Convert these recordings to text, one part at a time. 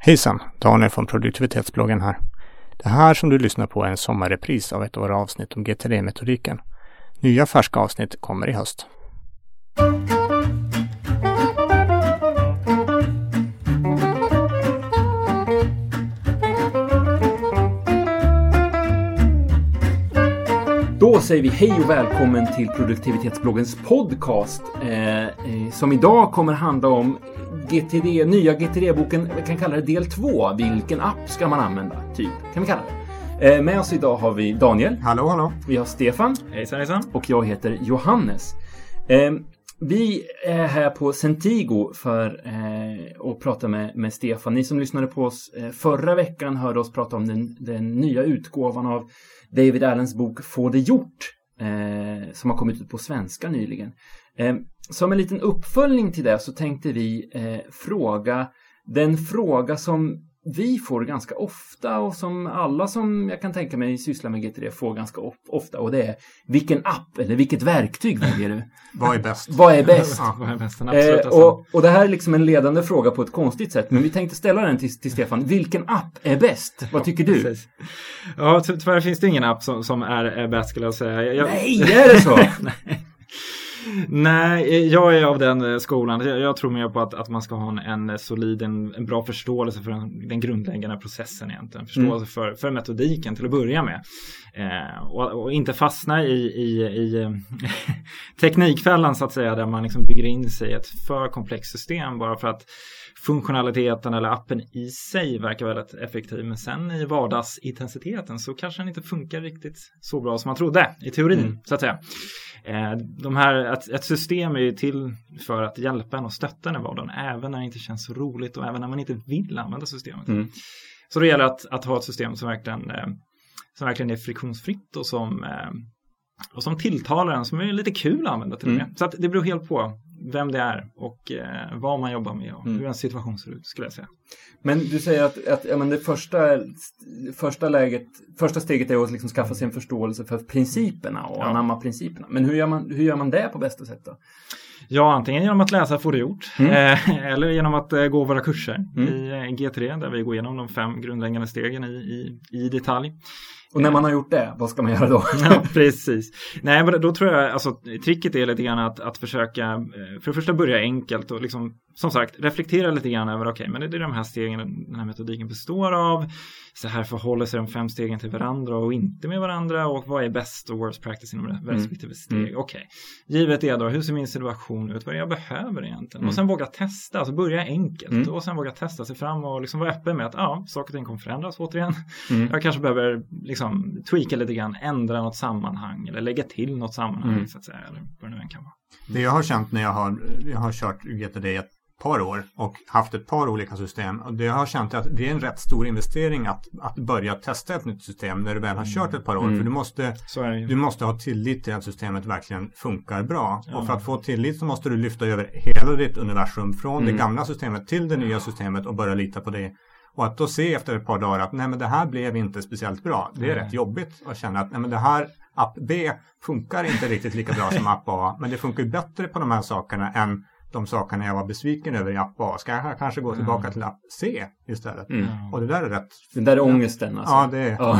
Hejsan, Daniel från produktivitetsbloggen här. Det här som du lyssnar på är en sommarrepris av ett av våra avsnitt om GTD-metodiken. Nya färska avsnitt kommer i höst. Då säger vi hej och välkommen till produktivitetsbloggens podcast som idag kommer handla om nya GTD-boken, vi kan kalla det del 2. Vilken app ska man använda? Typ, kan vi kalla det. Med oss idag har vi Daniel. Hallå, hallå. Vi har Stefan. Hejsan, hejsan. Och jag heter Johannes. Vi är här på Centigo för att prata med Stefan. Ni som lyssnade på oss förra veckan hörde oss prata om den nya utgåvan av David Allens bok Få det gjort, som har kommit ut på svenska nyligen. Som en liten uppföljning till det så tänkte vi fråga den fråga som vi får ganska ofta och som alla som jag kan tänka mig sysslar med GTD får ganska ofta, och det är: vilken app eller vilket verktyg väljer du? Vad är bäst? Vad är bäst? Ja, vad är bäst? Absolut, och det här är liksom en ledande fråga på ett konstigt sätt, men vi tänkte ställa den till Stefan. Vilken app är bäst? Vad tycker du? Precis. Ja, tyvärr finns det ingen app som är bäst, skulle jag säga. Nej, är det så? Nej, jag är av den skolan. Jag tror mer på att man ska ha en solid, en bra förståelse för den grundläggande processen egentligen. Förståelse för metodiken till att börja med. Och inte fastna i teknikfällan så att säga, där man liksom bygger in sig i ett för komplext system bara för att funktionaliteten eller appen i sig verkar väldigt effektiv, men sen i vardagsintensiteten så kanske den inte funkar riktigt så bra som man trodde i teorin, så att säga. Ett system är ju till för att hjälpa en och stötta en i vardagen, även när det inte känns så roligt och även när man inte vill använda systemet. Så det gäller att ha ett system som verkligen är friktionsfritt och som tilltalar en, som är lite kul att använda till och med. Så att det beror helt på vem det är och vad man jobbar med och hur en situation ser ut, skulle jag säga. Men du säger att det första steget är att liksom skaffa sig en förståelse för principerna och anamma principerna. Men hur gör man det på bästa sätt då? Ja, antingen genom att läsa Få det gjort eller genom att gå våra kurser i G3, där vi går igenom de 5 grundläggande stegen i detalj. Och när man har gjort det, vad ska man göra då? Ja, precis. Nej, men då tror jag, alltså, tricket är lite grann att försöka, för det första börja enkelt och liksom, som sagt, reflektera lite grann över, okej, men det är de här stegen den här metodiken består av. Så här förhåller sig de 5 stegen till varandra och inte med varandra, och vad är best och worst practice inom respektive steg. Okej. Givet det då, hur ser min situation ut? Vad är det jag behöver egentligen? Och sen våga testa, alltså börja enkelt och sen våga testa sig fram och liksom vara öppen med att saker och ting kommer förändras återigen. Jag kanske behöver liksom tweaka lite grann, ändra något sammanhang eller lägga till något sammanhang så att säga, eller vad det nu än kan vara. Det jag har känt när jag har kört GTD ett par år och haft ett par olika system, och det jag har känt att det är en rätt stor investering att börja testa ett nytt system när du väl har kört ett par år, för du måste ha tillit till att systemet verkligen funkar bra. Och för att få tillit så måste du lyfta över hela ditt universum från det gamla systemet till det nya systemet och börja lita på det. Och att då se efter ett par dagar att nej, men det här blev inte speciellt bra. Det är rätt jobbigt att känna att nej, men det här app B funkar inte riktigt lika bra som app A. Men det funkar bättre på de här sakerna än de sakerna jag var besviken över i app A. Ska jag kanske gå tillbaka till app C istället? Och det där är rätt... Den där är ångesten alltså. Ja,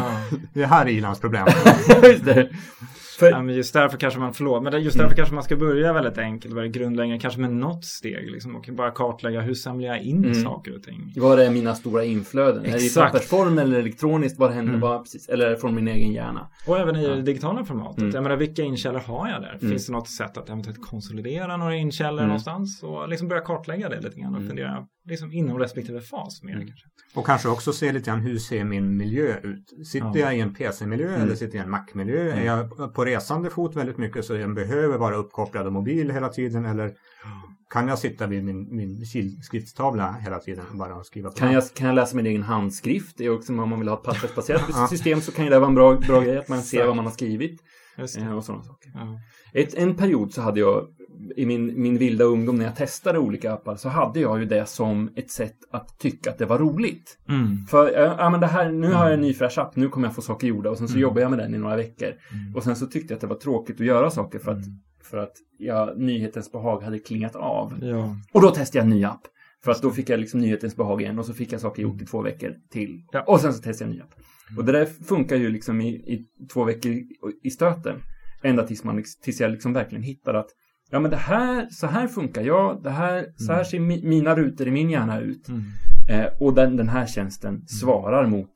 det här är Ilans problem. Just det. Men just därför kanske därför kanske man ska börja väldigt enkelt, väldigt grundläggande, kanske med något steg liksom, och bara kartlägga hur samlar jag in saker och ting. Vad är mina stora inflöden? Exakt. Är det i pappersform eller elektroniskt? Vad händer bara precis? Eller är det från min egen hjärna? Och även i det digitala formatet. Jag menar, vilka inkällor har jag där? Finns det något sätt att eventuellt konsolidera några inkällor någonstans och liksom börja kartlägga det lite grann och fundera liksom inom respektive fas mer kanske. Och kanske också se lite grann, hur ser min miljö ut? Sitter jag i en PC-miljö eller sitter jag i en Mac-miljö? Är jag på resande fot väldigt mycket så jag behöver vara uppkopplad och mobil hela tiden, eller kan jag sitta vid min skriftstavla hela tiden och bara skriva på? Kan jag läsa min egen handskrift? Det är också, om man vill ha ett pappersbaserat system så kan det vara en bra grej att man ser vad man har skrivit och sådana saker. En period så hade jag i min vilda ungdom, när jag testade olika appar, så hade jag ju det som ett sätt att tycka att det var roligt. För men det här, nu har jag en ny fräsch app, nu kommer jag få saker gjorda, och sen så jobbar jag med den i några veckor. Och sen så tyckte jag att det var tråkigt att göra saker för att nyhetens behag hade klingat av. Och då testade jag en ny app. För att då fick jag liksom nyhetens behag igen och så fick jag saker gjort i 2 veckor till. Och sen så testade jag en ny app. Och det där funkar ju liksom i 2 veckor i stöten. Ända tills jag liksom verkligen hittar att ja men så här funkar jag. Så här ser mina rutor i min hjärna ut. Och den här tjänsten svarar mot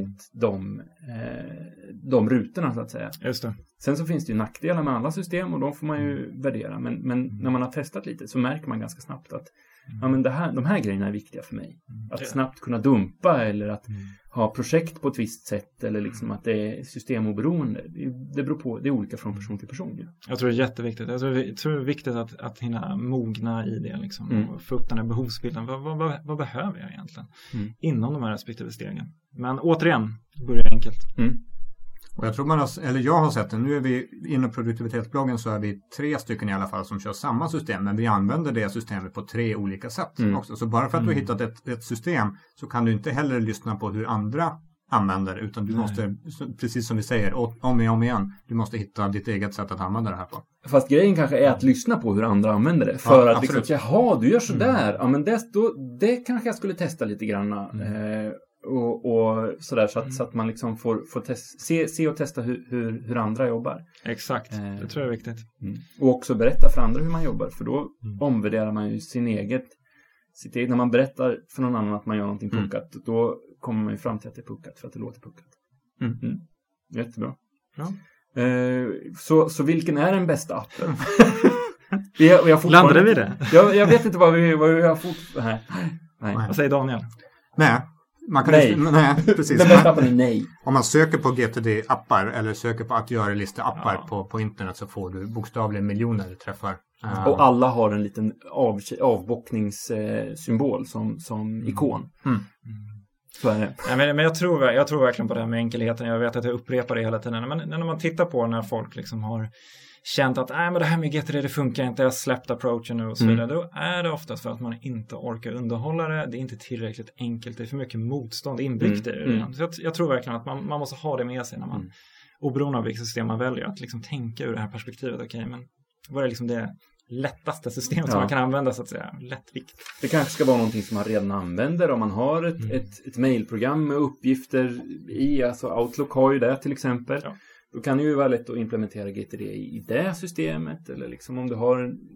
de rutorna så att säga. Just det. Sen så finns det ju nackdelar med alla system och de får man ju värdera. Men när man har testat lite så märker man ganska snabbt att ja, men de här grejerna är viktiga för mig. Att snabbt kunna dumpa eller att ha projekt på ett visst sätt eller liksom att det är systemoberoende. Det beror på, det är olika från person till person. Ja. Jag tror det är jätteviktigt. Jag tror det är viktigt att hinna mogna i det liksom, och få upp den här behovsbilden. Vad behöver jag egentligen inom de här respektive stegen? Men återigen, börja enkelt. Och jag tror jag har sett det. Nu är vi inom produktivitetsbloggen så är vi 3 stycken i alla fall som kör samma system. Men vi använder det systemet på 3 olika sätt också. Så bara för att du har hittat ett system så kan du inte heller lyssna på hur andra använder. Utan du måste, precis som vi säger, om igen. Du måste hitta ditt eget sätt att använda det här på. Fast grejen kanske är att lyssna på hur andra använder det. För att liksom, jaha, du gör sådär. Ja, men det kanske jag skulle testa lite grann. Och sådär så att man liksom får se och testa hur andra jobbar. Exakt, det tror jag är viktigt. Och också berätta för andra hur man jobbar. För då omvärderar man ju sitt eget. När man berättar för någon annan att man gör någonting puckat, då kommer man ju fram till att det är puckat för att det låter puckat. Jättebra. Ja. Så vilken är den bästa appen? Landade vi det? Jag vet inte vad vi har fått. Nej. Vad säger Daniel? Nej. Nej, precis. Den bästa appen är nej. Om man söker på GTD-appar eller söker på att göra lista-appar på internet så får du bokstavligen miljoner träffar. Och alla har en liten avbockningssymbol som ikon. Så är det. Ja, men jag tror verkligen på det här med enkelheten. Jag vet att jag upprepar det hela tiden. Men när man tittar på när folk liksom har känt att men det här med GTD det funkar inte, jag har släppt approachen nu och så vidare. Då är det oftast för att man inte orkar underhålla det. Det är inte tillräckligt enkelt. Det är för mycket motstånd inbyggt i det. Så jag tror verkligen att man måste ha det med sig när man, oberoende av vilket system man väljer, att liksom tänka ur det här perspektivet. Okej, men vad är liksom det lättaste systemet som man kan använda så att säga? Lättvikt. Det kanske ska vara någonting som man redan använder. Om man har ett mailprogram med uppgifter i, alltså Outlook har ju det till exempel. Ja. Då kan det ju vara lätt att implementera GTD i det systemet. Eller liksom om du har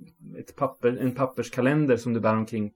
en papperskalender som du bär omkring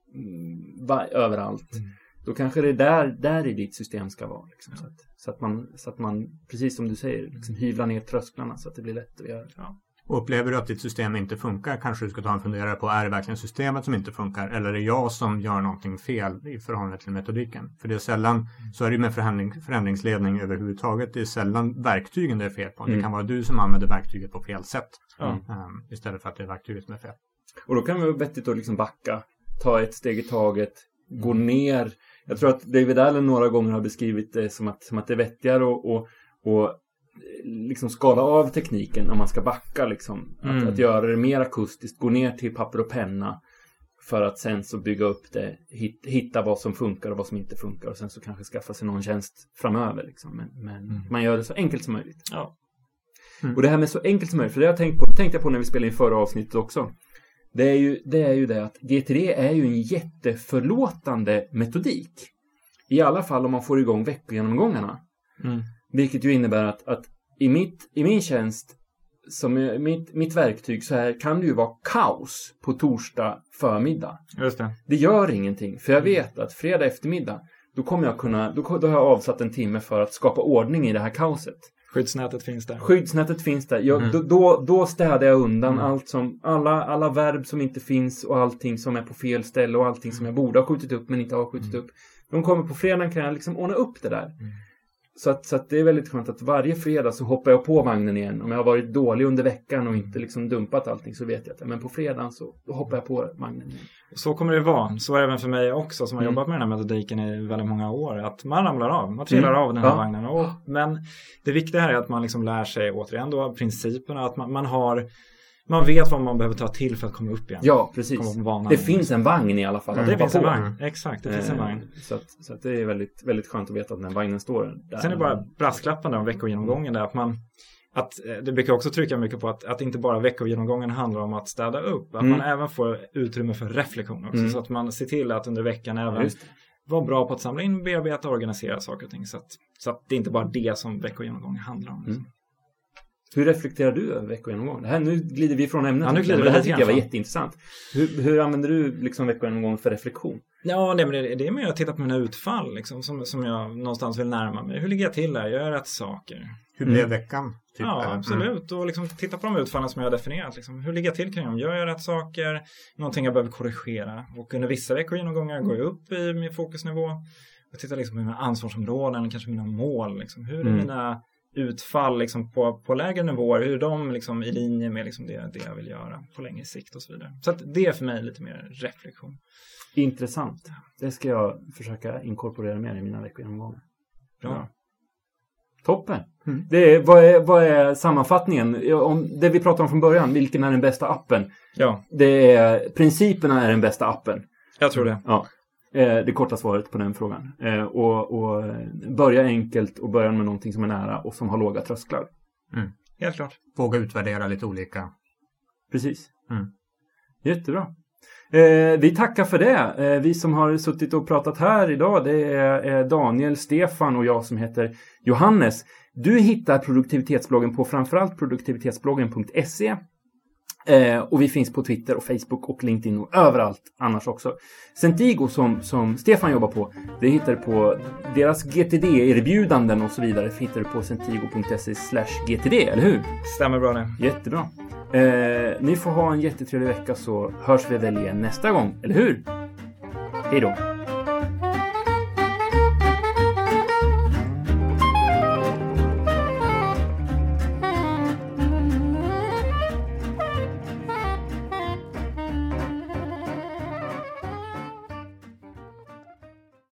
överallt. Då kanske det är där i ditt system ska vara. Liksom, så att man, precis som du säger, liksom, hyvlar ner trösklarna så att det blir lätt att göra. Ja. Och upplever du att ditt system inte funkar, kanske du ska ta en funderare på, är det verkligen systemet som inte funkar? Eller är det jag som gör någonting fel i förhållande till metodiken? För det är sällan, så är det ju med förändringsledning överhuvudtaget, det är sällan verktygen det är fel på. Det kan vara du som använder verktyget på fel sätt. Istället för att det är verktyget som är fel. Och då kan det vara vettigt att liksom backa, ta ett steg i taget, gå ner. Jag tror att David Allen några gånger har beskrivit det som att det är vettigare och liksom skala av tekniken när man ska backa liksom. Att göra det mer akustiskt, gå ner till papper och penna för att sen så bygga upp det, hitta vad som funkar och vad som inte funkar och sen så kanske skaffa sig någon tjänst framöver liksom. Men man gör det så enkelt som möjligt. Ja. Och det här med så enkelt som möjligt, för det tänkte jag på när vi spelade in förra avsnittet också. Det är ju det att GTD är ju en jätteförlåtande metodik. I alla fall om man får igång veckogenomgångarna. Vilket ju innebär att i min tjänst, som mitt verktyg, så här kan det ju vara kaos på torsdag förmiddag. Just det. Det gör ingenting, för jag vet att fredag eftermiddag, då kommer jag då har jag avsatt en timme för att skapa ordning i det här kaoset. Skyddsnätet finns där. Då städar jag undan allt som, alla verb som inte finns och allting som är på fel ställe och allting som jag borde ha skjutit upp men inte har skjutit upp. De kommer på fredagen, kan jag liksom ordna upp det där. Så att det är väldigt skönt att varje fredag så hoppar jag på vagnen igen. Om jag har varit dålig under veckan och inte liksom dumpat allting, så vet jag att men på fredagen så hoppar jag på vagnen igen. Så kommer det vara. Så är det även för mig också som har jobbat med den här metodiken i väldigt många år. Att man ramlar av, man trillar av den här vagnen. Men det viktiga här är att man liksom lär sig återigen då principerna. Att man vet vad man behöver ta till för att komma upp igen. Ja, precis. Det finns en vagn i alla fall. Det finns en vagn. Exakt, det finns en vagn. Så att det är väldigt, väldigt skönt att veta att den vagnen står där. Sen är det bara brasklappen där om veckogenomgången där att att det brukar också trycka mycket på att inte bara veckogenomgången handlar om att städa upp. Att man även får utrymme för reflektion också. Så att man ser till att under veckan även vara bra på att samla in, bearbeta och organisera saker och ting. Så att det är inte bara det som veckogenomgången handlar om. Hur reflekterar du över veckogenomgång? Nu glider vi från ämnet. Ja, det här tycker jag var jätteintressant. Hur använder du liksom veckogenomgång för reflektion? Ja, det är mer att titta på mina utfall liksom, som jag någonstans vill närma mig. Hur ligger jag till där? Gör jag rätt saker? Hur blev veckan? Typ Ja, absolut. Och liksom titta på de utfallen som jag har definierat. Liksom. Hur ligger jag till kring dem? Gör jag rätt saker? Någonting jag behöver korrigera? Och under vissa veckogenomgångar går jag upp i min fokusnivå. Och tittar liksom på mina ansvarsområden, kanske mina mål. Liksom. Hur är mina utfall liksom, på lägre nivåer? Hur är de liksom, i linje med liksom, det jag vill göra på längre sikt och så vidare. Så att det är för mig lite mer reflektion. Intressant. Det ska jag försöka inkorporera mer i mina veckogenomgångar. Bra. Toppen. Vad är sammanfattningen? Om det vi pratade om från början, vilken är den bästa appen? Ja. Principerna är den bästa appen. Jag tror det. Ja. Det korta svaret på den frågan. Och börja enkelt och börja med någonting som är nära och som har låga trösklar. Helt klart. Våga utvärdera lite olika. Precis. Jättebra. Vi tackar för det. Vi som har suttit och pratat här idag, det är Daniel, Stefan och jag som heter Johannes. Du hittar produktivitetsbloggen på framförallt produktivitetsbloggen.se. Och vi finns på Twitter och Facebook och LinkedIn och överallt annars också. Centigo som Stefan jobbar på, det hittar du på deras GTD-erbjudanden och så vidare. Hittar du på centigo.se/GTD, eller hur? Stämmer bra det. Jättebra. Ni får ha en jättetrevlig vecka, så hörs vi väl igen nästa gång, eller hur? Hej då!